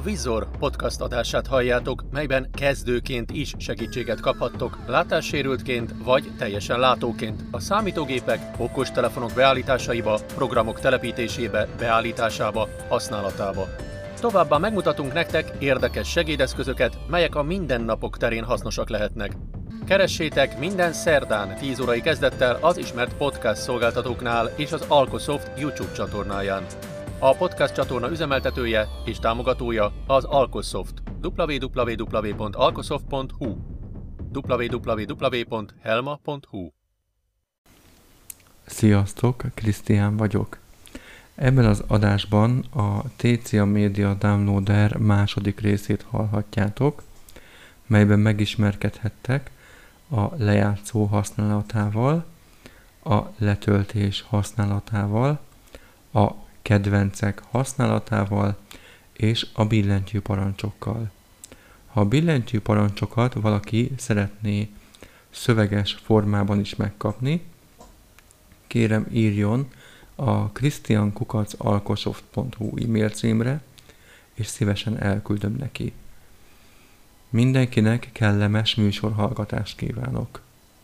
Vizor podcast adását halljátok, melyben kezdőként is segítséget kaphattok, látássérültként vagy teljesen látóként a számítógépek, okostelefonok beállításaiba, programok telepítésébe, beállításába, használatába. Továbbá megmutatunk nektek érdekes segédeszközöket, melyek a mindennapok terén hasznosak lehetnek. Keressétek minden szerdán 10 órai kezdettel az ismert podcast szolgáltatóknál és az Alkosoft YouTube csatornáján. A podcast csatorna üzemeltetője és támogatója az Alkosoft. www.alkosoft.hu www.helma.hu. Sziasztok, Krisztián vagyok. Ebben az adásban a TCA Media Downloader második részét hallhatjátok, melyben megismerkedhettek a lejátszó használatával, a letöltés használatával, a kedvencek használatával és a billentyű parancsokkal. Ha a billentyű parancsokat valaki szeretné szöveges formában is megkapni, kérem írjon a christian@alkosoft.hu e-mail címre, és szívesen elküldöm neki. Mindenkinek kellemes műsorhallgatást kívánok!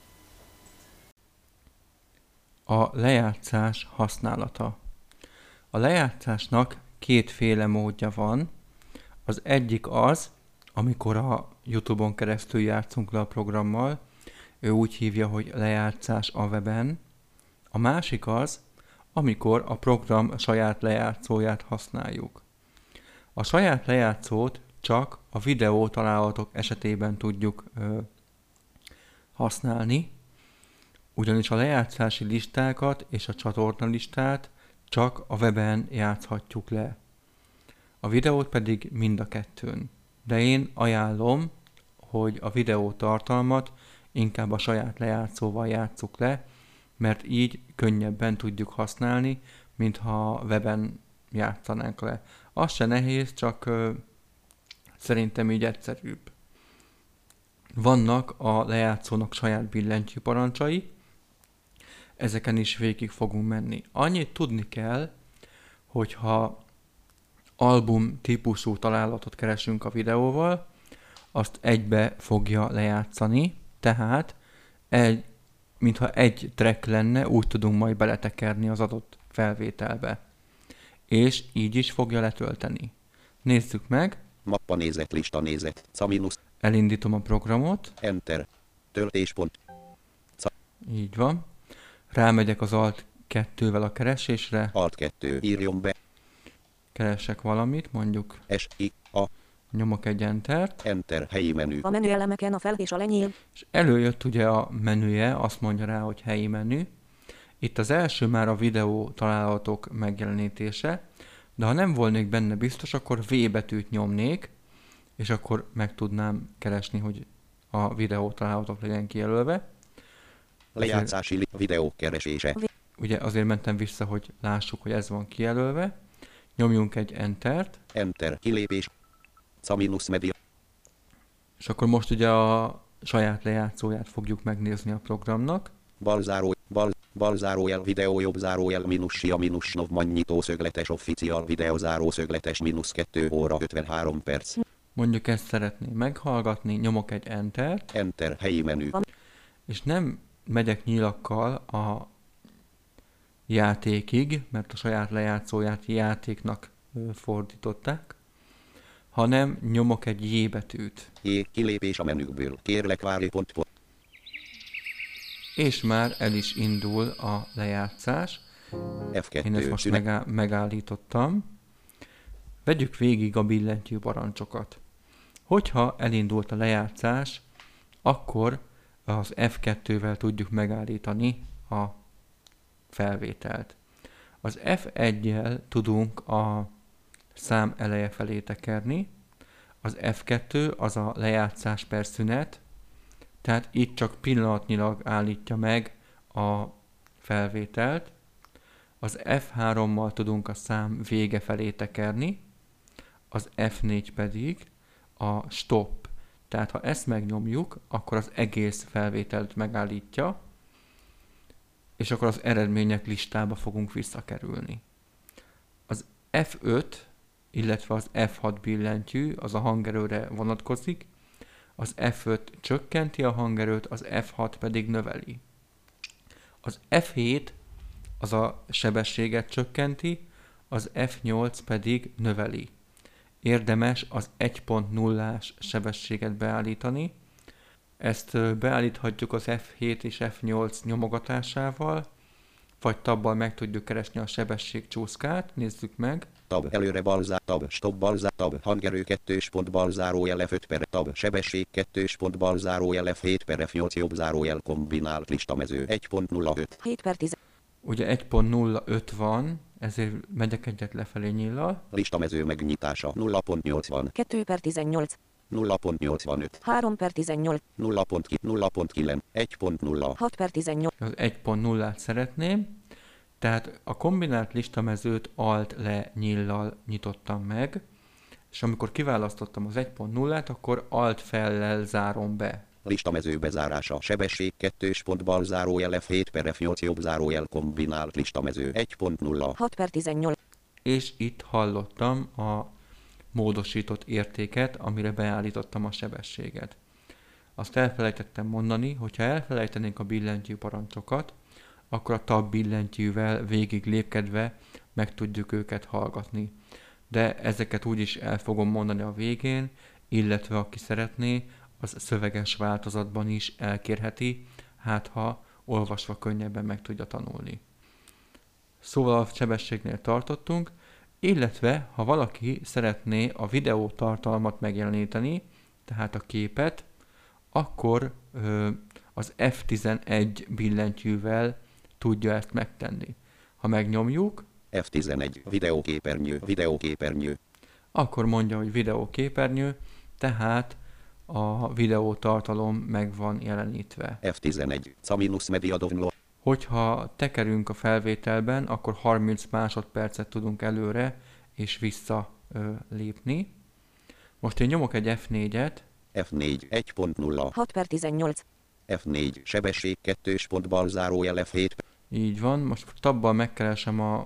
A lejátszás használata. A lejátszásnak kétféle módja van. Az egyik az, amikor a YouTube-on keresztül játszunk le a programmal, ő úgy hívja, hogy lejátszás a weben. A másik az, amikor a program saját lejátszóját használjuk. A saját lejátszót csak a videó találatok esetében tudjuk használni, ugyanis a lejátszási listákat és a csatorna listát csak a weben játszhatjuk le. A videót pedig mind a kettőn. De én ajánlom, hogy a videó tartalmat inkább a saját lejátszóval játsszuk le, mert így könnyebben tudjuk használni, mintha weben játszanánk le. Az se nehéz, csak szerintem így egyszerűbb. Vannak a lejátszónak saját billentyű parancsai, ezeken is végig fogunk menni. Annyit tudni kell, hogyha album típusú találatot keresünk a videóval, azt egybe fogja lejátszani, tehát mintha egy track lenne, úgy tudunk majd beletekerni az adott felvételbe. És így is fogja letölteni. Nézzük meg. Mappa nézet, lista nézet, caminus. Elindítom a programot. Enter. Töltéspont. Így van. Rámegyek az Alt 2-vel a keresésre. Alt 2. Írjon be. Keresek valamit, mondjuk S-I-A. Nyomok egy Entert. Enter. Helyi menü. A menüelemeken a fel és a lenyíl. És előjött ugye a menüje, azt mondja rá, hogy helyi menü. Itt az első már a videó találatok megjelenítése, de ha nem volnék benne biztos, akkor V betűt nyomnék, és akkor meg tudnám keresni, hogy a videó találatok legyen kijelölve. Lejátszási videó keresése. Ugye azért mentem vissza, hogy lássuk, hogy ez van kijelölve. Nyomjunk egy Entert. Enter. Kilépés. Caminus media. És akkor most ugye a saját lejátszóját fogjuk megnézni a programnak. Bal zárójel videó jobb zárójel -sia -nov mannyitó szögletes official videó záró szögletes -2 óra 53 perc. Mondjuk ezt szeretném meghallgatni, nyomok egy Entert. Enter. Helyi menü. És nem megyek nyílakkal a játékig, mert a saját lejátszóját játéknak fordították, hanem nyomok egy J betűt. J. Kilépés a menükből. Kérlek várj pont. És már el is indul a lejátszás. F2. Én ezt most megállítottam. Vegyük végig a billentyű parancsokat. Hogyha elindult a lejátszás, akkor az F2-vel tudjuk megállítani a felvételt. Az F1-jel tudunk a szám eleje felé tekerni. Az F2 az a lejátszás per szünet, tehát itt csak pillanatnyilag állítja meg a felvételt. Az F3-mal tudunk a szám vége felé tekerni, az F4 pedig a stop. Tehát ha ezt megnyomjuk, akkor az egész felvételt megállítja, és akkor az eredmények listába fogunk visszakerülni. Az F5 illetve az F6 billentyű, az a hangerőre vonatkozik, az F5 csökkenti a hangerőt, az F6 pedig növeli. Az F7 az a sebességet csökkenti, az F8 pedig növeli. Érdemes az 1.0-ás sebességet beállítani. Ezt beállíthatjuk az F7 és F8 nyomogatásával, vagy tabbal meg tudjuk keresni a sebességcsúszkát. Nézzük meg. Tab előre balzár, tab stop balzár, tab hangerő 2 pont balzárójel F5 per tab sebesség 2 pont balzárójel F7 per F8 jobb zárójel kombinált listamező 1.05. 7 per 10. Ugye 1.05 van, ezért megyek egyet lefelé nyíllal. Listamező megnyitása 0.80. 2 per 18. 0.85. 3 per 18. 0.9. 1.0. 6 per 18. Az 1.0-át szeretném. Tehát a kombinált listamezőt alt le nyíllal nyitottam meg, és amikor kiválasztottam az 1.0-át, akkor alt fellel zárom be. Listamező bezárása sebesség 2 pont balzárójel F7 per F8 jobb zárójel kombinált listamező 1.0. 6 per 18. És itt hallottam a módosított értéket, amire beállítottam a sebességet. Azt elfelejtettem mondani, hogyha elfelejtenénk a billentyű parancsokat, akkor a tab billentyűvel végig lépkedve meg tudjuk őket hallgatni. De ezeket úgyis el fogom mondani a végén, illetve aki szeretné, az szöveges változatban is elkérheti, hát ha olvasva könnyebben meg tudja tanulni. Szóval a sebességnél tartottunk, illetve ha valaki szeretné a videó tartalmat megjeleníteni, tehát a képet, akkor az F11 billentyűvel tudja ezt megtenni. Ha megnyomjuk, F11 videóképernyő, akkor mondja, hogy videóképernyő, tehát a videó tartalom meg van jelenítve. F11 Caminus Media Download. Hogyha tekerünk a felvételben, akkor 30 másodpercet tudunk előre és vissza lépni. Most én nyomok egy F4-et. F4 1.0. 6 per 18. F4 sebesség 2 pont balzárójel F7. Így van, most tabbal megkeresem a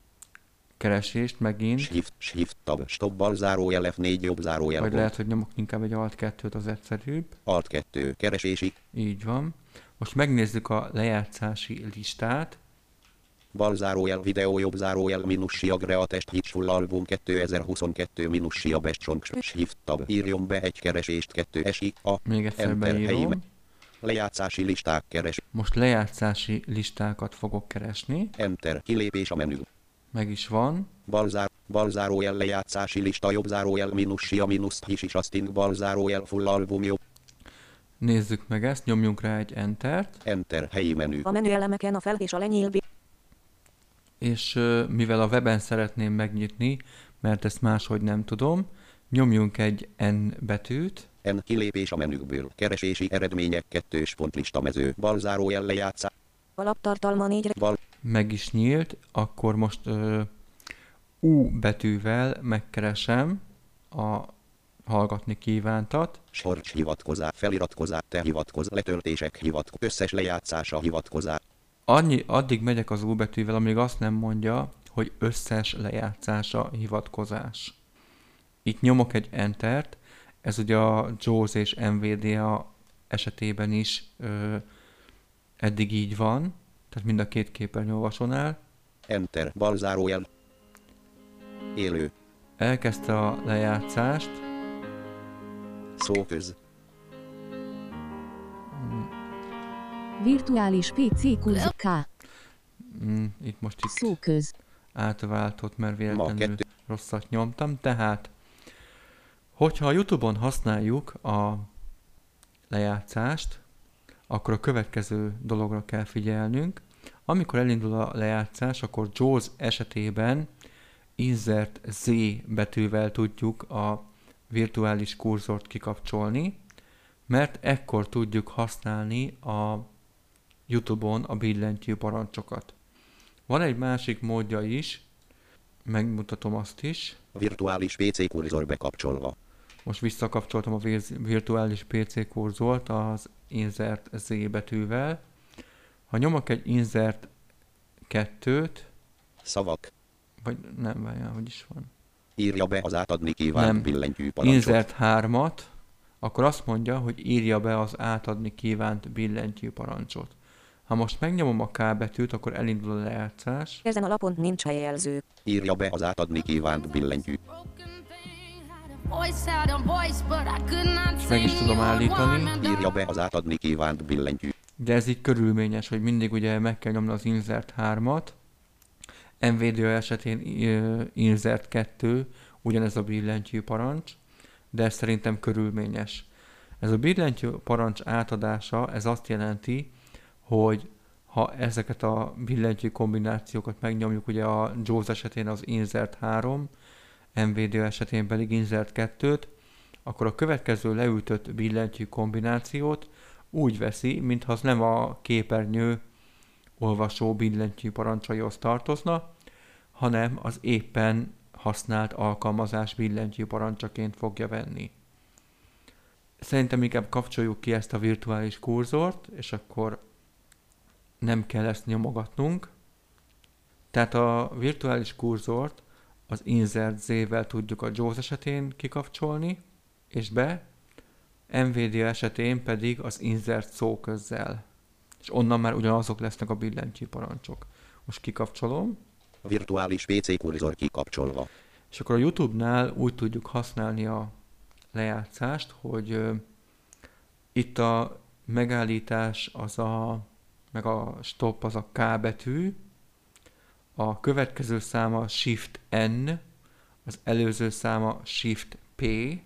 keresést megint. Shift tab stop balzárójel F4 jobb zárójel. Vagy lehet, hogy nyomok inkább egy Alt 2-t, az egyszerűbb. Alt 2 keresési. Így van. Most megnézzük a lejátszási listát. Balzárójel videó jobb zárójel minus siagre a test hit full album 2022 minus sia best songs. Shift tab írjon be egy keresést 2 si a. Még egyszer Enter, beírom. Lejátszási listák keres. Most lejátszási listákat fogok keresni. Enter kilépés a menü. Meg is van. Balzárójel lejátszási lista jobb zárójel minus sia minus hisis asting balzárójel full album jobb. Nézzük meg ezt, nyomjunk rá egy Entert. Enter helyi menü. A menüelemeken a fel és a lenyíl. És mivel a weben szeretném megnyitni, mert ezt máshogy nem tudom, nyomjunk egy N betűt. N kilépés a menükből. Keresési eredmények 2 pont lista mező. Balzárójel lejátszás. Alaptartalma 4. Meg is nyílt, akkor most U betűvel megkeresem a hallgatni kívántat. Sorcs hivatkozás, feliratkozás, te hivatkozás, letöltések hivatkozás, összes lejátszása hivatkozás. Addig megyek az U betűvel, amíg azt nem mondja, hogy összes lejátszása hivatkozás. Itt nyomok egy Entert, ez ugye a JAWS és NVDA esetében is eddig így van, tehát mind a két képernyőolvasónál. Enter, balzárójel. Élő. Elkezdte a lejátszást. Szóköz. Virtuális PC kurz K. Itt most itt Szóköz. átváltott, mert véletlenül rosszat nyomtam. Tehát, hogyha a YouTube-on használjuk a lejátszást, akkor a következő dologra kell figyelnünk. Amikor elindul a lejátszás, akkor JAWS esetében Insert Z betűvel tudjuk a virtuális kurzort kikapcsolni, mert ekkor tudjuk használni a YouTube-on a billentyű parancsokat. Van egy másik módja is, megmutatom azt is. Virtuális PC kurzor bekapcsolva. Most visszakapcsoltam a virtuális PC kurzort az Insert Z betűvel. Ha nyomok egy Insert 2-t, Szavak. vagy nem, várjál, hogy is van. Írja be az átadni kívánt Nem. billentyűparancsot. Insert 3-at, akkor azt mondja, hogy írja be az átadni kívánt billentyűparancsot. Ha most megnyomom a K betűt, akkor elindul a lejátszás. Ezen a lapon nincs helyjelző. Írja be az átadni kívánt billentyű. És meg is tudom állítani. Írja be az átadni kívánt billentyű. De ez így körülményes, hogy mindig ugye meg kell nyomni az Insert 3-at. MVDA esetén Insert 2, ugyanez a billentyű parancs, de ez szerintem körülményes. Ez a billentyű parancs átadása, ez azt jelenti, hogy ha ezeket a billentyű kombinációkat megnyomjuk, ugye a JAWS esetén az Insert 3, MVDA esetén pedig Insert 2-t, akkor a következő leütött billentyű kombinációt úgy veszi, mintha az nem a képernyő olvasó billentyű parancsaihoz tartozna, hanem az éppen használt alkalmazás billentyű parancsaként fogja venni. Szerintem inkább kapcsoljuk ki ezt a virtuális kurzort, és akkor nem kell ezt nyomogatnunk. Tehát a virtuális kurzort az Insert Z-vel tudjuk a JAWS esetén kikapcsolni, és be, MVDA esetén pedig az Insert szóközzel. És onnan már ugyanazok lesznek a billentyű parancsok. Most kikapcsolom. Virtuális PC kurzor kikapcsolva. És akkor a YouTube-nál úgy tudjuk használni a lejátszást, hogy itt a megállítás meg a stop az a K betű, a következő száma Shift N, az előző száma Shift P,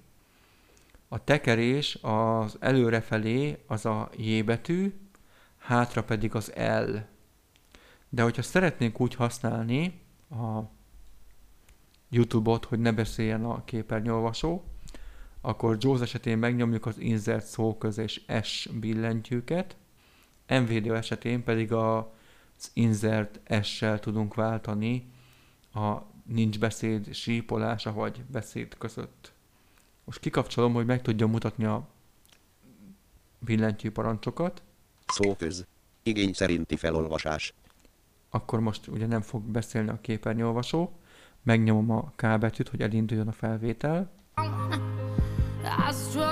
a tekerés az előrefelé az a J betű, hátra pedig az L. De hogyha szeretnénk úgy használni a YouTube-ot, hogy ne beszéljen a képernyőolvasó, akkor JAWS esetén megnyomjuk az Insert szóköz és S billentyűket, MVDA esetén pedig az Insert S-sel tudunk váltani a nincs beszéd sípolása vagy beszéd között. Most kikapcsolom, hogy meg tudjam mutatni a billentyű parancsokat. Szóköz. Igény szerinti felolvasás. Akkor most ugye nem fog beszélni a képernyőolvasó. Megnyomom a K betűt, hogy elinduljon a felvétel. És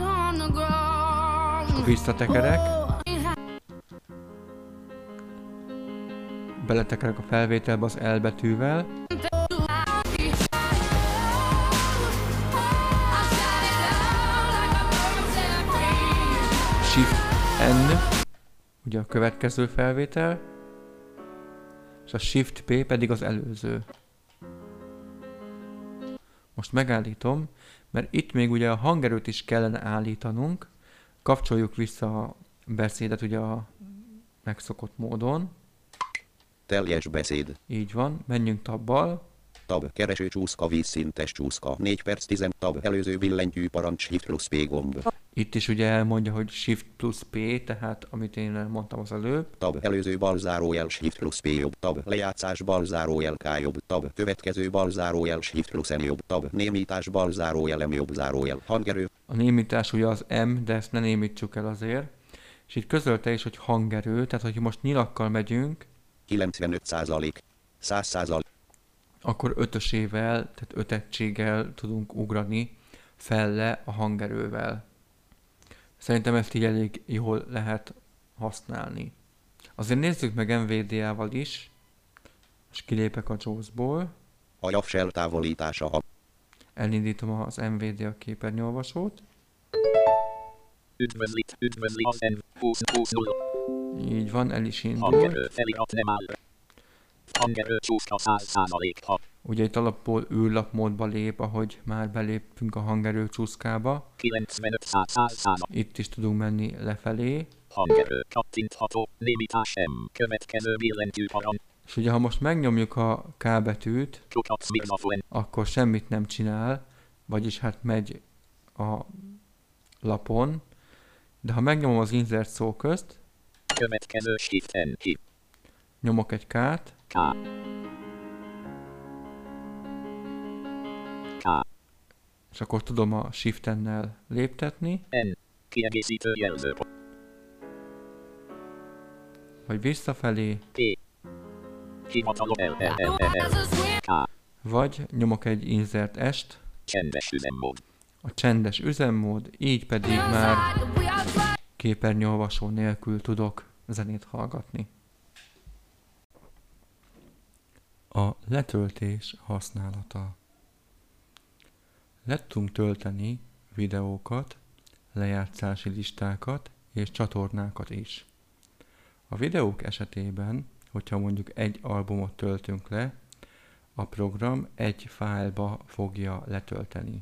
akkor visszatekerek. Beletekerek a felvételbe az L betűvel. Shift N, ugye a következő felvétel, és a Shift P pedig az előző. Most megállítom, mert itt még ugye a hangerőt is kellene állítanunk. Kapcsoljuk vissza a beszédet ugye a megszokott módon. Teljes beszéd. Így van, menjünk tabbal. Tab, kereső csúszka, vízszintes csúszka, 4 perc 10, tab, előző billentyű parancs, Shift plusz P gomb. Itt is ugye elmondja, hogy Shift plusz P, tehát amit én mondtam az előbb. Tab, előző balzárójel, Shift plusz P jobb, tab, lejátszás balzárójel K jobb, tab, következő balzárójel, Shift plusz M jobb, tab, némítás balzárójel M jobb zárójel, hangerő. A némítás ugye az M, de ezt ne némítsuk el azért. És itt közölte is, hogy hangerő, tehát hogy most nyilakkal megyünk, 95%, 100%. akkor ötösével, tehát ötegységgel tudunk ugrani felle a hangerővel. Szerintem ezt így elég jól lehet használni. Azért nézzük meg MVDA-val is. Most kilépek a JAWS-ból. A JAWS eltávolítása. Elindítom az MVDA képernyőolvasót. Üdvözli az N2020. Így van, el is indul. Hangerő felirat nem áll. Hangerő csúszka 100%. Ugye itt alapból űrlapmódba lép, ahogy már beléptünk a hangerő csúszkába. 95%. Itt is tudunk menni lefelé. Hangerő kattintható, némítás M. Következő billentyű parancs. És ugye ha most megnyomjuk a K betűt, Kukac mikrofon. akkor semmit nem csinál, vagyis hát megy a lapon. De ha megnyomom az Insert szóközt, Következő Shift N ki. nyomok egy K-t, K. K. és akkor tudom a Shift-ennel léptetni, N. Kiegészítő jelző. vagy visszafelé, P. Hivatalok L. K. vagy nyomok egy Insert S-t, Csendes üzemmód. a csendes üzemmód, így pedig már képernyőolvasó nélkül tudok zenét hallgatni. A letöltés használata. Le tudunk tölteni videókat, lejátszási listákat és csatornákat is. A videók esetében, hogyha mondjuk egy albumot töltünk le, a program egy fájlba fogja letölteni.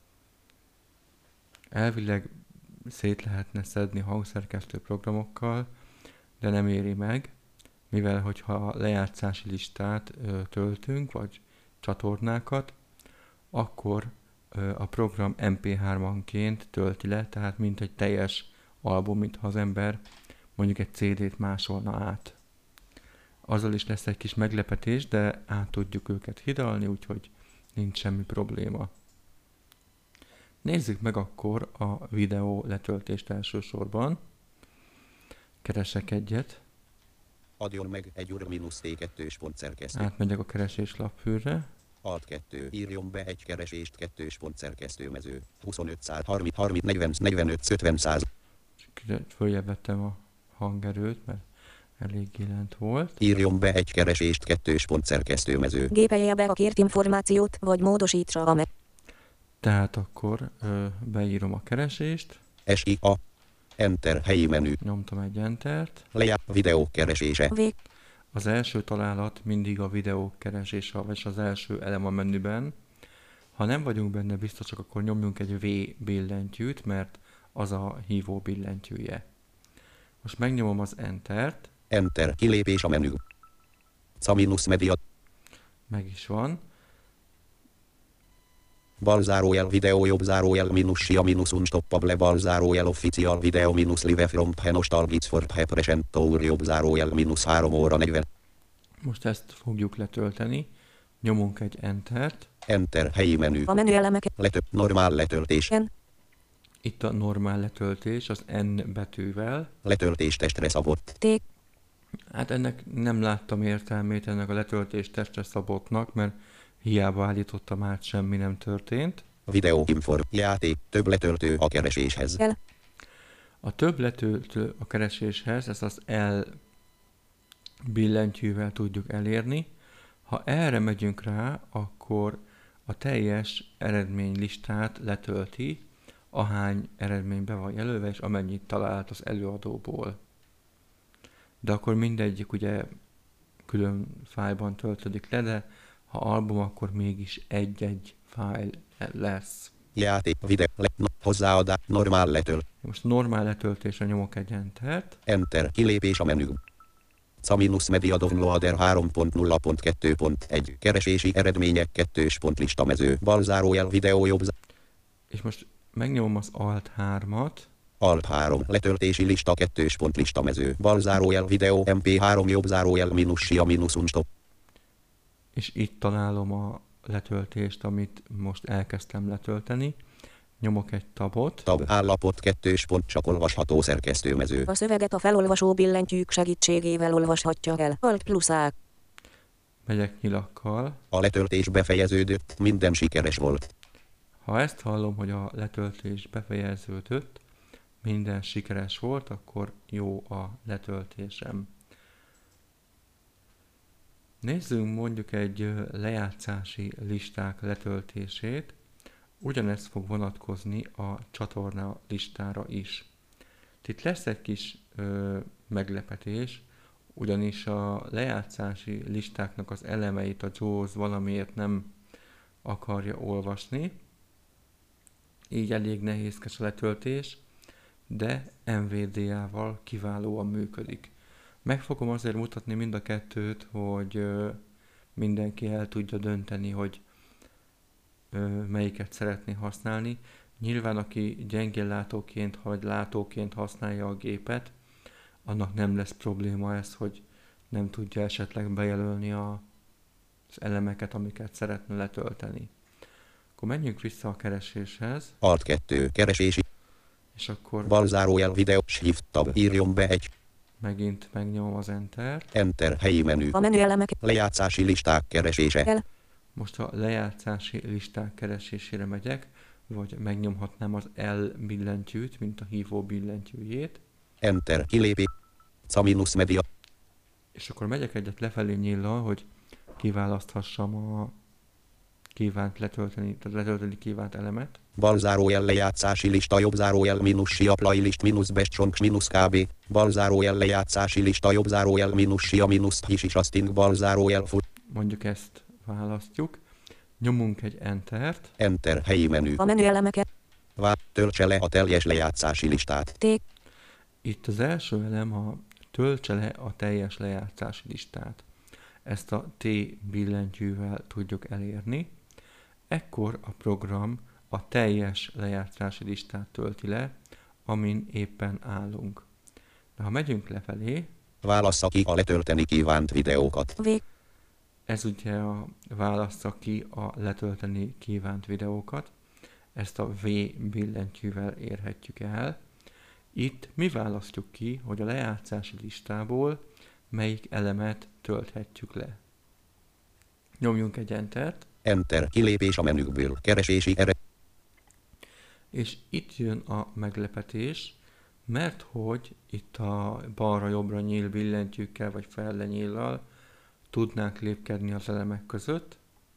Elvileg szét lehetne szedni hangszerkesztő programokkal, de nem éri meg, mivel hogyha lejátszási listát töltünk, vagy csatornákat, akkor a program MP3-anként tölti le, tehát mint egy teljes album, mintha az ember mondjuk egy CD-t másolna át. Azzal is lesz egy kis meglepetés, de át tudjuk őket hidalni, úgyhogy nincs semmi probléma. Nézzük meg akkor a videó letöltést elsősorban. Keresek egyet. Adjon meg egy ur-t2 pont szerkesztő. Átmegyek a keresés lapfűre. Alt 2. Írjon be egy keresést 2 pont szerkesztőmező. 25 30 30 40 45 50 100. Följebb vettem a hangerőt, mert elég lent volt. Írjon be egy keresést 2 pont szerkesztőmező. Gépelje be a kért információt, vagy módosítsa a meg. Tehát akkor beírom a keresést. SIA. Enter helyi menü. Nyomtam egy Entert. Videó keresése. Vég. Az első találat mindig a videó keresése, vagy az első elem a menüben. Ha nem vagyunk benne biztosak, akkor nyomjunk egy V billentyűt, mert az a hívó billentyűje. Most megnyomom az Entert. Enter kilépés a menü. Caminus media. Meg is van. Bal zárójel videó jobb zárójel minus sia minus unstoppable bal zárójel official video minus live from nostalgics for present tour jobb zárójel minus 3 óra 40. Most ezt fogjuk letölteni. Nyomunk egy Entert. Enter helyi menü. A menü elemeket. Normál letöltés. N. Itt a normál letöltés az N betűvel. Letöltés testre szabott. T. Hát ennek nem láttam értelmét, ennek a letöltés testre szabottnak, mert hiába állítottam át, semmi nem történt. Videó inform. Játék. Több letöltő a kereséshez. L. A több letöltő a kereséshez, ezt az L billentyűvel tudjuk elérni. Ha erre megyünk rá, akkor a teljes eredménylistát letölti, ahány eredmény be van jelölve, és amennyit talált az előadóból. De akkor mindegyik ugye külön fájlban töltődik le, de ha album, akkor mégis egy-egy fájl lesz. Játék. Videó. Hozzáadás. Normál letölt. Most normál letöltésre nyomok egy Entert. Enter kilépés a menü. Caminus Media Downloader 3.0.2.1 keresési eredmények 2 pont listamező. Bal zárójel videó jobb És most megnyomom az Alt 3-at. Alt 3 letöltési lista 2 pont listamező. Bal zárójel videó MP3 jobb zárójel minus sia minus unstop. És itt találom a letöltést, amit most elkezdtem letölteni. Nyomok egy tabot. Tab állapot 2 pont csak olvasható szerkesztőmező. A szöveget a felolvasó billentyűk segítségével olvashatja el. Alt plusz A. Megyek nyilakkal. A letöltés befejeződött, minden sikeres volt. Ha ezt hallom, hogy a letöltés befejeződött, minden sikeres volt, akkor jó a letöltésem. Nézzünk mondjuk egy lejátszási listák letöltését. Ugyanez fog vonatkozni a csatorna listára is. Itt lesz egy kis meglepetés, ugyanis a lejátszási listáknak az elemeit a JAWS valamiért nem akarja olvasni. Így elég nehézkes a letöltés, de NVDA-val kiválóan működik. Meg fogom azért mutatni mind a kettőt, hogy mindenki el tudja dönteni, hogy melyiket szeretné használni. Nyilván aki gyengéllátóként vagy látóként használja a gépet, annak nem lesz probléma ez, hogy nem tudja esetleg bejelölni az elemeket, amiket szeretne letölteni. Akkor menjünk vissza a kereséshez. Alt 2 keresési. És akkor Bal zárójel videó shift tab írjon be egy. megint megnyomom az Entert. Enter helyi menü. A menü elemeket. Lejátszási listák keresése. L. Most a lejátszási listák keresésére megyek, vagy megnyomhatnám az L billentyűt, mint a hívó billentyűjét, Enter. Kilépés. Caminus Media. és akkor megyek egyet lefelé nyíllal, hogy kiválaszthassam a letölteni kívánt elemet. Bal zárójel lejátszási lista, jobb zárójel mínusz sia playlist mínusz best songs mínusz kb. Bal zárójel lejátszási lista, jobb zárójel mínusz sia mínusz hisisasting, bal zárójel full. Mondjuk ezt választjuk. Nyomunk egy Entert, Enter. Helyi menü. A menüelemeket. Töltse le a teljes lejátszási listát. T. itt az első elem a töltse le a teljes lejátszási listát. Ezt a T billentyűvel tudjuk elérni. Ekkor a program a teljes lejátszási listát tölti le, amin éppen állunk. De ha megyünk lefelé, Válassza ki a letölteni kívánt videókat. V. ez ugye a válassza ki a letölteni kívánt videókat. Ezt a V billentyűvel érhetjük el. Itt mi választjuk ki, hogy a lejátszási listából melyik elemet tölthetjük le. Nyomjunk egy Entert, Enter. Kilépés a menükből. Keresési eredmény. és itt jön a meglepetés, mert hogy itt a balra-jobbra nyíl billentyűkkel vagy fellenyíllal tudnánk lépkedni az elemek között,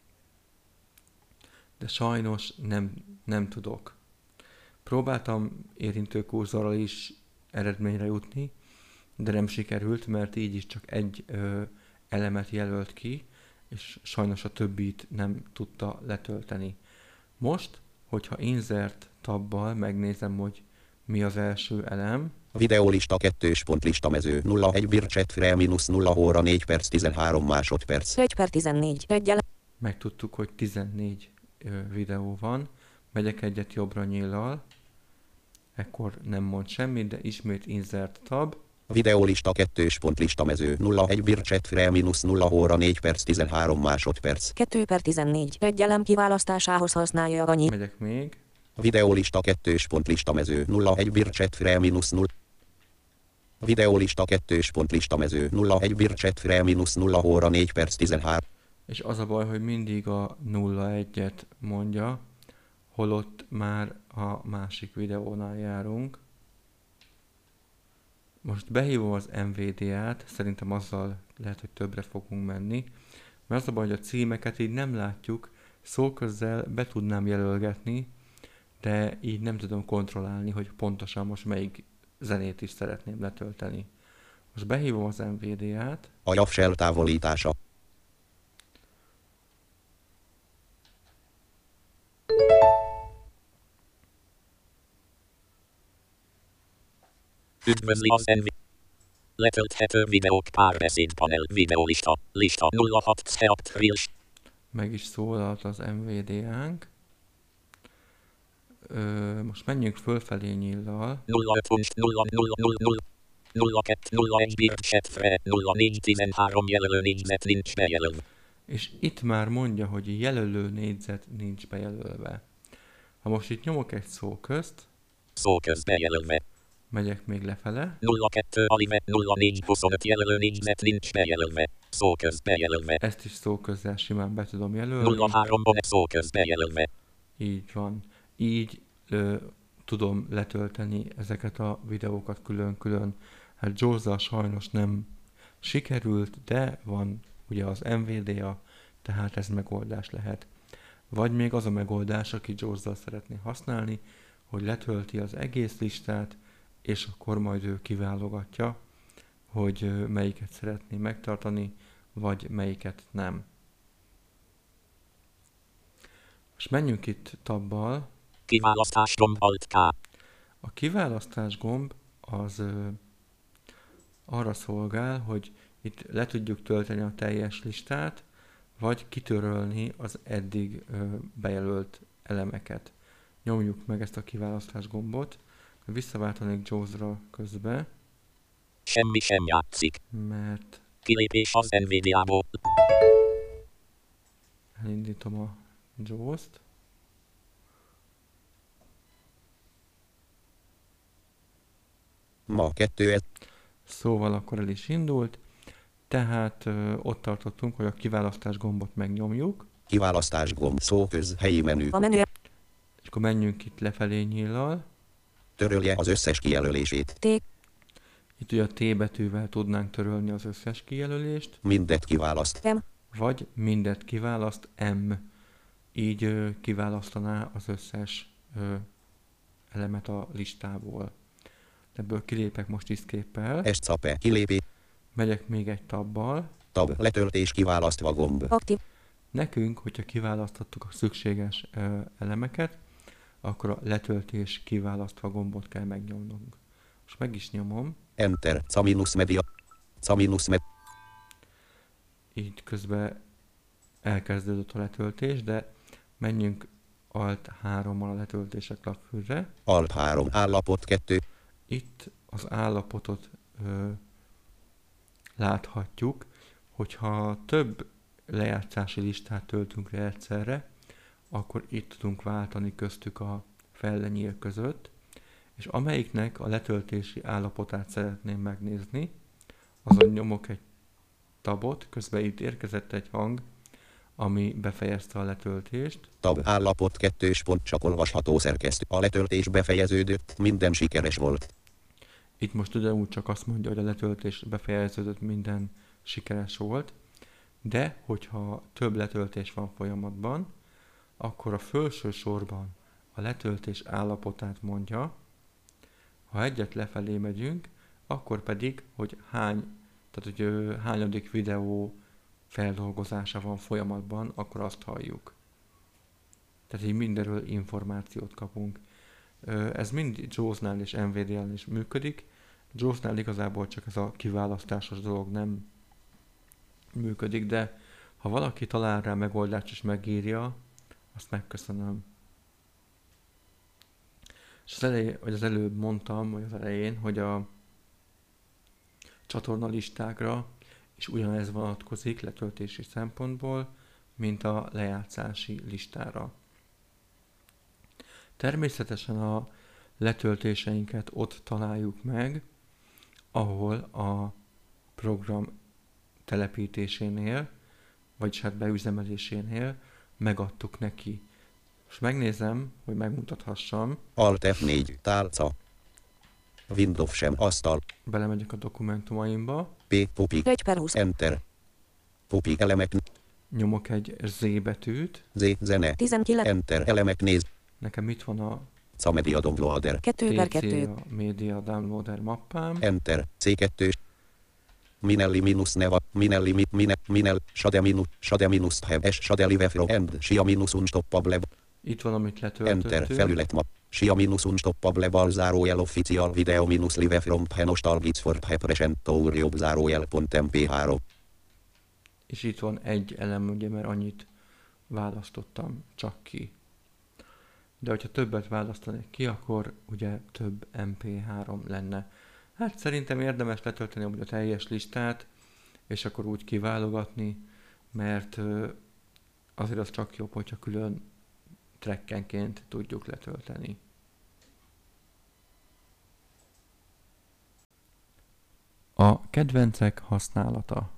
de sajnos nem tudok. Próbáltam érintőkurzorral is eredményre jutni, de nem sikerült, mert így is csak egy elemet jelölt ki, és sajnos a többit nem tudta letölteni. Most, hogyha Insert tabbal megnézem, hogy mi az első elem, Videólista 2. lista mező 01 bircset fre mínusz 0 óra 4 perc 13 másodperc. 1/14. Egy elem. megtudtuk, hogy 14 videó van, megyek egyet jobbra nyíllal, ekkor nem mond semmit, de ismét Insert tab, Videólista 2. lista mező 01 bircset fre mínusz 0 óra 4 perc 13 másodperc. 2/14. Egy elem kiválasztásához használja a nyílt. megyek még, Videólista 2. lista mező 01 bircset fre mínusz 0. Videólista 2. lista mező 01 bircset fre mínusz 0 óra 4 perc 13. és az a baj, hogy mindig a 0-1-et mondja, holott már a másik videónál járunk. Most behívom az MVDA-t, szerintem azzal lehet, hogy többre fogunk menni, mert az a baj, hogy a címeket így nem látjuk, szóközzel be tudnám jelölgetni, de így nem tudom kontrollálni, hogy pontosan most melyik zenét is szeretném letölteni. Most behívom az MVDA-t, A javsel távolítása. Üdvözli az NV. Letölthető videók párbeszéd panel videólista. Lista 06 april. meg is szólalt az MVDA-nk. Most menjünk fölfelé nyíllal, 05.00000201 bircset fre 0413 jelölő négyzet nincs bejelölve. és itt már mondja, hogy jelölő négyzet nincs bejelölve. Ha most itt nyomok egy szóközt, Szóköz bejelölve. megyek még lefele, 02 alive 0425 jelölő négyzet nincs bejelölve. Szóköz bejelölve. ezt is szóközzel simán be tudom jelölni. 03 bonet szóköz bejelölve. Így van. Így tudom letölteni ezeket a videókat külön-külön. Hát Jaws-zal sajnos nem sikerült, de van ugye az MVDA, tehát ez megoldás lehet. Vagy még az a megoldás, aki Jaws-zal szeretné használni, hogy letölti az egész listát, és akkor majd ő kiválogatja, hogy melyiket szeretné megtartani, vagy melyiket nem. Most menjünk itt tabbal. Kiválasztás gomb Alt K. A kiválasztás gomb az arra szolgál, hogy itt le tudjuk tölteni a teljes listát, vagy kitörölni az eddig bejelölt elemeket. Nyomjuk meg ezt a kiválasztás gombot. Visszaváltanék Jaws-ra közbe, Semmi sem játszik. mert Kilépés az NVDA-ból. elindítom a Jaws-t. Ma 2. Szóval akkor el is indult, tehát ott tartottunk, hogy a kiválasztás gombot megnyomjuk, Kiválasztás gomb. Szóköz. Helyi menü. A menü. És akkor menjünk itt lefelé nyíllal. Törölje az összes kijelölését. T. Itt ugye a T betűvel tudnánk törölni az összes kijelölést, Mindet kiválaszt. M. vagy mindet kiválaszt M. Így kiválasztaná az összes elemet a listából. Ebből kilépek most escape-el, Escape. Kilépé. megyek még egy tabbal. Tab. Letöltés kiválasztva gomb. Aktív. Nekünk, hogyha kiválasztottuk a szükséges elemeket, akkor a letöltés kiválasztva gombot kell megnyomnunk. Most meg is nyomom, Enter. Caminus media. Caminus med. így közben elkezdődött a letöltés, de menjünk Alt 3-mal a letöltések lapfőre. Alt 3. Állapot 2. Itt az állapotot láthatjuk, hogyha több lejátszási listát töltünk le egyszerre, akkor itt tudunk váltani köztük a fellenyír között, és amelyiknek a letöltési állapotát szeretném megnézni, azon nyomok egy tabot, közben itt érkezett egy hang, ami befejezte a letöltést. Tab. Állapot 2. Csak olvasható szerkesztő. A letöltés befejeződött. Minden sikeres volt. Itt most ugyanúgy csak azt mondja, hogy a letöltés befejeződött, minden sikeres volt, de hogyha több letöltés van folyamatban, akkor a felső sorban a letöltés állapotát mondja, ha egyet lefelé megyünk, akkor pedig, hogy hányadik videó feldolgozása van folyamatban, akkor azt halljuk. Tehát így mindenről információt kapunk. Ez mind JAWS-nál és NVDA-nál is működik. JAWS-nál igazából csak ez a kiválasztásos dolog nem működik, de ha valaki talál rá megoldást és megírja, azt megköszönöm. És az előbb mondtam, vagy az elején, hogy a csatorna listákra és ugyanez vonatkozik letöltési szempontból, mint a lejátszási listára. Természetesen a letöltéseinket ott találjuk meg, ahol a program telepítésénél, vagyis hát beüzemelésénél megadtuk neki. Most megnézem, hogy megmutathassam. Alt F4. Tálca. Windows sem. Asztal. Belemegyek a dokumentumaimba, P. Pupi. 1/20. Enter. Pupi. Elemek. nyomok egy Z betűt, Z. Zene. 19. Enter. Elemek néz. nekem itt van a Media Downloader. 2/2. PC, a Media Downloader mappám, Enter. C2. Minelli minus neva. Minelli minel. Sade minus have. Sade live from end. Sia minus unstoppable. itt van, amit Enter. letöltöttünk. Felület map. Sia minus unstoppable bal zárójel official video minus live from nostalgics for present tour jobb zárójel .mp3. És itt van egy elem, ugye, mert annyit választottam csak ki. De hogyha többet választanék ki, akkor ugye több MP3 lenne. Hát szerintem érdemes letölteni amúgy a teljes listát, és akkor úgy kiválogatni, mert azért az csak jobb, hogyha külön trekkenként tudjuk letölteni. A kedvencek használata.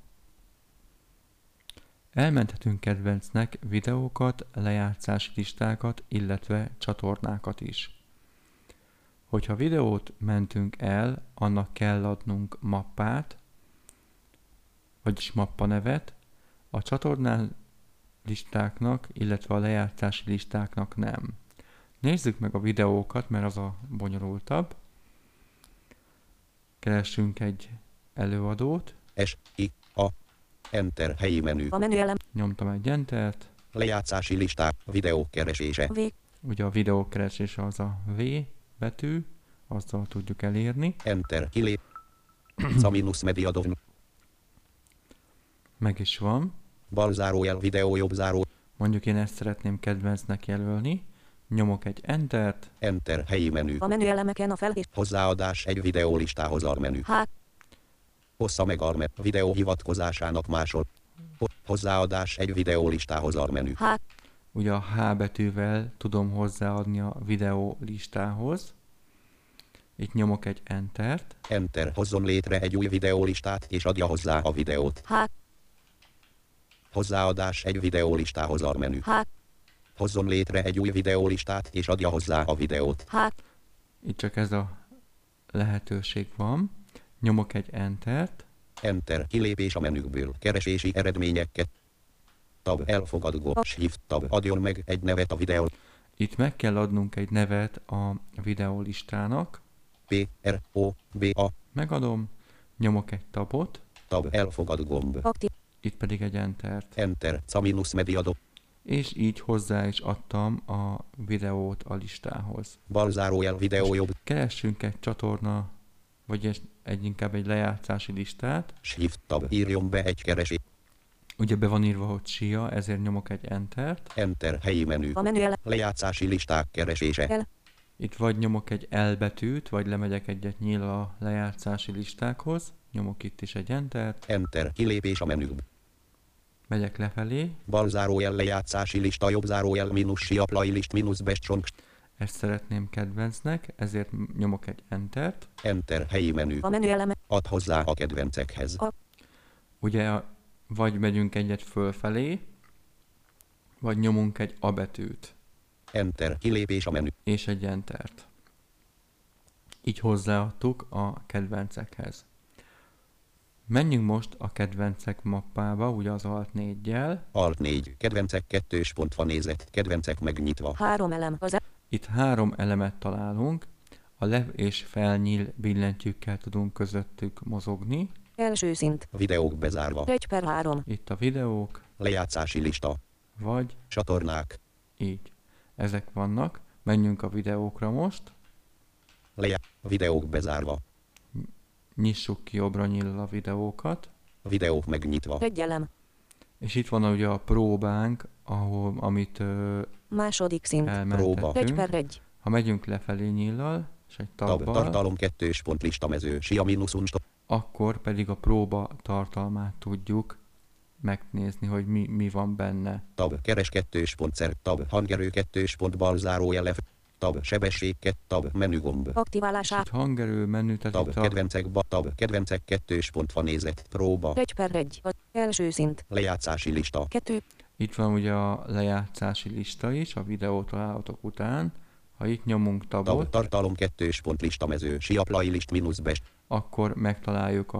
Elmenthetünk kedvencnek videókat, lejátszási listákat, illetve csatornákat is. Hogyha videót mentünk el, annak kell adnunk mappát, vagyis mappanevet, a csatornán listáknak, illetve a lejátszási listáknak nem. Nézzük meg a videókat, mert az a bonyolultabb. Keressünk egy előadót. S. I. A. Enter. Helyi menü. A menüelem. Nyomtam egy entert. Lejátszási listák. Videók keresése. V. Ugye a videó keresése az a V betű, azzal tudjuk elérni. Enter. Kilép. Caminus media dovn. Meg is van. Bal zárójel videó jobb záró. Mondjuk én ezt szeretném kedvencnek jelölni. Nyomok egy entert. Enter. Helyi menü. A menüelemeken a felhés. Hozzáadás egy videó listához almenü. H. Hossza meg alme. Videó hivatkozásának másod. Hozzáadás egy videó listához almenü. H. Ugye a H betűvel tudom hozzáadni a videó listához. Itt nyomok egy entert. Enter. Hozzon létre egy új videólistát és adja hozzá a videót. H. Hozzáadás egy videólistához almenü. H. Hozzon létre egy új videólistát és adja hozzá a videót. H. Itt csak ez a lehetőség van. Nyomok egy Entert, Enter. Kilépés a menükből. Keresési eredményeket. Tab. Elfogadó. Shift tab. Adjon meg egy nevet a videó. itt meg kell adnunk egy nevet a videólistának, P. R. O. B. A. megadom, nyomok egy tabot, Tab. Elfogad gomb. Aktív. itt pedig egy Entert, Enter. Caminus media dob. és így hozzá is adtam a videót a listához. Bal zárójel videó jobb. Keressünk egy csatorna, vagy inkább egy lejátszási listát. Shift tab. Írjon be egy keresés. Ugye be van írva, hogy SIA, ezért nyomok egy Entert. Enter. Helyi menü. A menü Lejátszási listák keresése. Itt vagy nyomok egy L betűt, vagy lemegyek egyet nyíl a lejátszási listákhoz. Nyomok itt is egy Entert, Enter. Kilépés a menükbe. megyek lefelé. Bal zárójel lejátszási lista, jobb zárójel minus sia playlist minus best songs. Ezt szeretném kedvencnek, ezért nyomok egy Entert. Enter. Helyi menü. A menü eleme. Add hozzá a kedvencekhez. Ugye vagy megyünk egyet fölfelé, vagy nyomunk egy A betűt, Enter. Kilépés a menü. és egy Entert. Így hozzáadtuk a kedvencekhez. Menjünk most a kedvencek mappába, ugye az Alt 4-jel. Alt 4. Kedvencek 2. Pontva nézet. Kedvencek megnyitva. 3 elem. Az Itt 3 elemet találunk. A lev és felnyíl billentyűkkel tudunk közöttük mozogni. első szint. Videók bezárva. 1/3. Itt a videók, Lejátszási lista. vagy Csatornák. így. Ezek vannak. Menjünk a videókra most. Videók bezárva. Nyissuk ki jobbra nyíl a videókat. Videók megnyitva. 1 elem. És itt van ugye a próbánk, amit Második szint. elmentettünk. 1/1. Ha megyünk lefelé nyíllal, és egy Tab. tabbal, Tartalom 2. Pont lista mező. Sia minus unstop. akkor pedig a próba tartalmát tudjuk megnézni, hogy mi van benne. Tab. Keres 2. Pont cer. Tab. Hangerő 2. Pont bal zárójel F. Tab. Sebesség 2. Tab. Menügomb. Aktiválását. Itt hangerő, menü, tehát Tab. itt a Kedvencek. Tab. Kedvencek 2. Pontva nézet. Próba. 1/1. Az első szint. Lejátszási lista. 2. Itt van ugye a lejátszási lista is, a videó találatok után. Ha itt nyomunk Tab. tabot, Tartalom 2. Pont lista mező. Sia playlist minus best. akkor megtaláljuk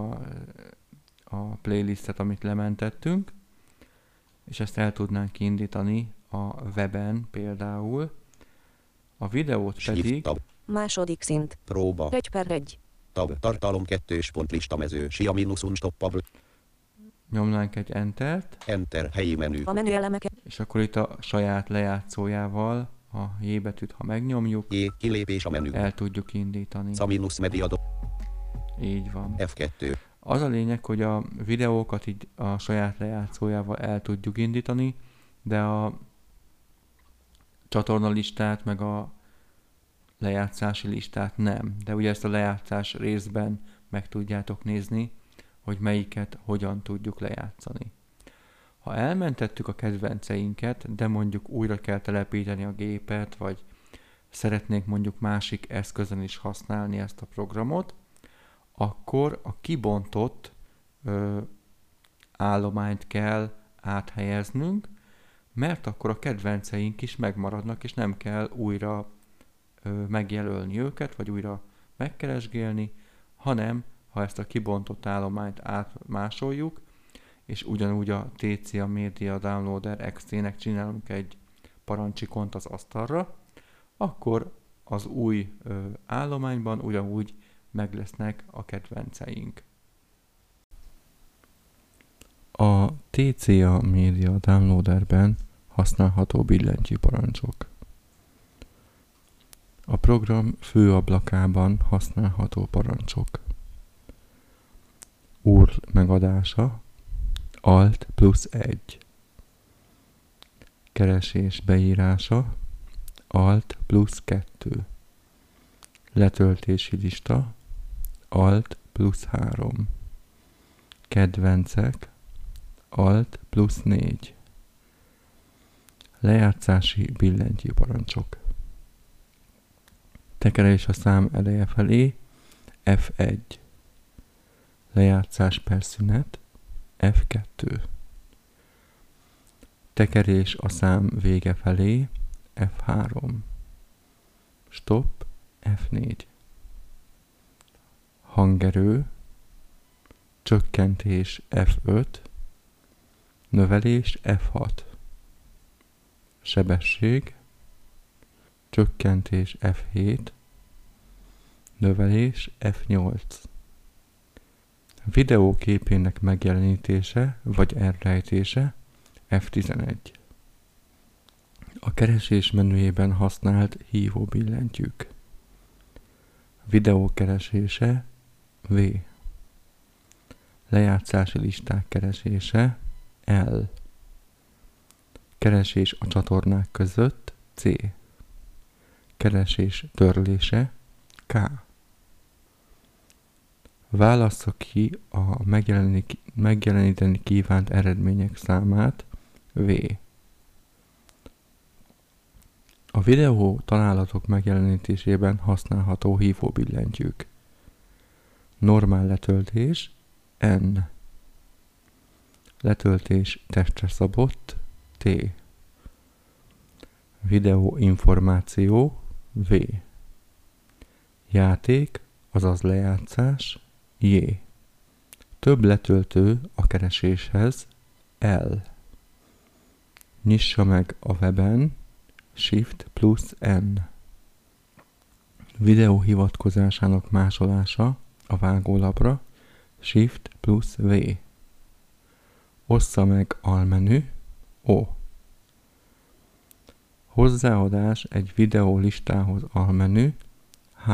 a playlistet, amit lementettünk, és ezt el tudnánk indítani a weben például. A videót Shift pedig tab. Második szint. Próba. 1/1. Tab. Tartalom 2. Pont lista mező. Sia minus unstoppable. nyomnánk egy Entert, Enter. Helyi menü. A menü elemeket. és akkor itt a saját lejátszójával a J betűt, ha megnyomjuk, J. Kilépés a menü. el tudjuk indítani. Caminus media dob. Így van. F2. Az a lényeg, hogy a videókat így a saját lejátszójával el tudjuk indítani, de a csatornalistát meg a lejátszási listát nem. De ugye ezt a lejátszás részben meg tudjátok nézni, hogy melyiket hogyan tudjuk lejátszani. Ha elmentettük a kedvenceinket, de mondjuk újra kell telepíteni a gépet, vagy szeretnénk mondjuk másik eszközön is használni ezt a programot, akkor a kibontott állományt kell áthelyeznünk, mert akkor a kedvenceink is megmaradnak, és nem kell újra megjelölni őket, vagy újra megkeresgélni, hanem ha ezt a kibontott állományt átmásoljuk, és ugyanúgy a TCA Media Downloader XT-nek csinálunk egy parancsikont az asztalra, akkor az új állományban ugyanúgy meg lesznek a kedvenceink. A TCA Media Downloaderben használható billentyű parancsok. A program főablakában használható parancsok. URL megadása, Alt +1. Keresés beírása, Alt +2. Letöltési lista, Alt +3. Kedvencek, Alt +4. Lejátszási billentyű parancsok. Tekerés a szám eleje felé, F1. Lejátszás per szünet, F2. Tekerés a szám vége felé, F3. Stop, F4. Hangerő, csökkentés F5, növelés F6. Sebesség, csökkentés F7, növelés F8. Videó képének megjelenítése vagy elrejtése F11. A keresés menüjében használt hívó billentyűk. Videó keresése V. Lejátszási listák keresése L. Keresés a csatornák között C. Keresés törlése K. Válassza ki a megjeleníteni kívánt eredmények számát V. A videó találatok megjelenítésében használható hívóbillentyűk. Normál letöltés N. Letöltés testre szabott T. Videó információ V. Játék, azaz lejátszás J. Több letöltő a kereséshez L. Nyissa meg a weben Shift plusz N. Videó hivatkozásának másolása a vágólapra Shift plusz V. Ossza meg almenü O. Hozzáadás egy videó listához almenü H.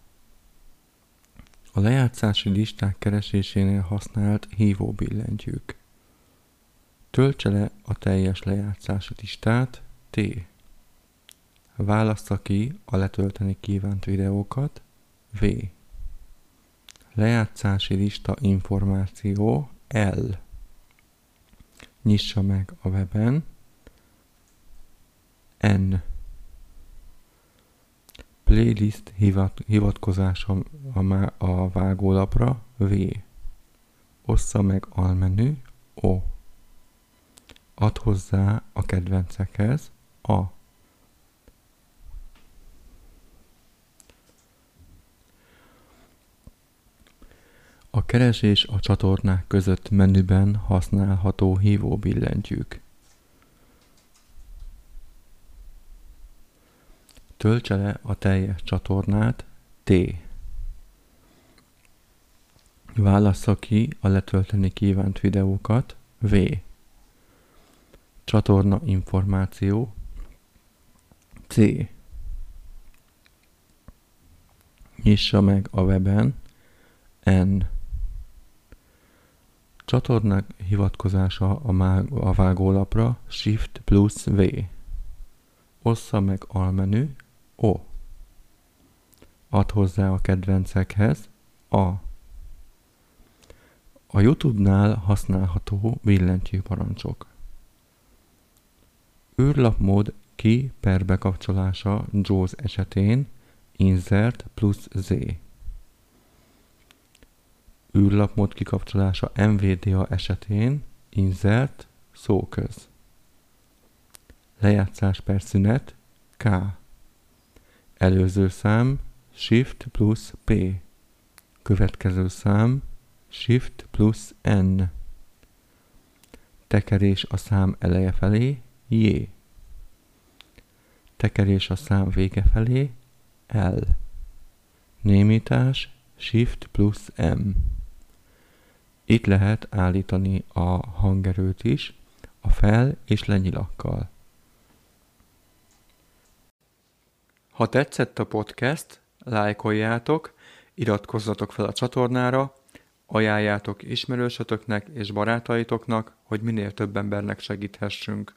A lejátszási listák keresésénél használt hívóbillentyűk. Töltse le a teljes lejátszási listát T. Válassza ki a letölteni kívánt videókat V. Lejátszási lista információ L. Nyissa meg a weben N. Playlist hivatkozása a vágólapra V. Ossza meg almenü O. Add hozzá a kedvencekhez A. A keresés a csatornák között menüben használható hívóbillentyűk. Töltse le a teljes csatornát T. Válassza ki a letölteni kívánt videókat V. Csatorna információ C. Nyissa meg a weben N. Csatornák hivatkozása a vágólapra Shift plusz V. Ossza meg almenü O. Add hozzá a kedvencekhez A. A YouTube-nál használható billentyűparancsok. űrlapmód ki per bekapcsolása JAWS esetén Insert plusz Z. űrlapmód kikapcsolása NVDA esetén Insert szóköz. Lejátszás per szünet K. Előző szám Shift plusz P. Következő szám Shift plusz N. Tekerés a szám eleje felé J. Tekerés a szám vége felé L. Némítás Shift plusz M. Itt lehet állítani a hangerőt is a fel- és lenyilakkal. Ha tetszett a podcast, lájkoljátok, iratkozzatok fel a csatornára, ajánljátok ismerősötöknek és barátaitoknak, hogy minél több embernek segíthessünk.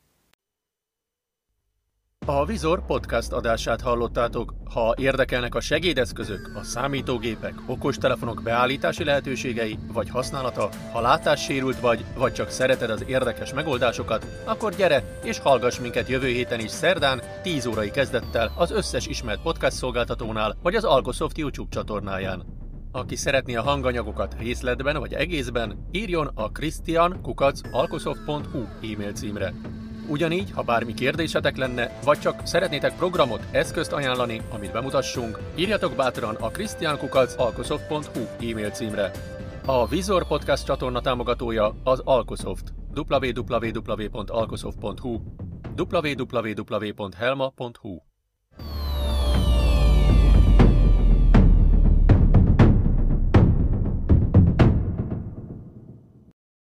A Vizor podcast adását hallottátok. Ha érdekelnek a segédeszközök, a számítógépek, okostelefonok beállítási lehetőségei vagy használata, ha látássérült vagy csak szereted az érdekes megoldásokat, akkor gyere és hallgass minket jövő héten is szerdán 10 órai kezdettel az összes ismert podcast szolgáltatónál vagy az Algosoft YouTube csatornáján. Aki szeretné a hanganyagokat részletben vagy egészben, írjon a christian@alkosoft.hu e-mail címre. Ugyanígy, ha bármi kérdésetek lenne, vagy csak szeretnétek programot, eszközt ajánlani, amit bemutassunk, írjatok bátran a christian@alkosoft.hu e-mail címre. A Vizor Podcast csatorna támogatója az Alkosoft. www.alkosoft.hu www.helma.hu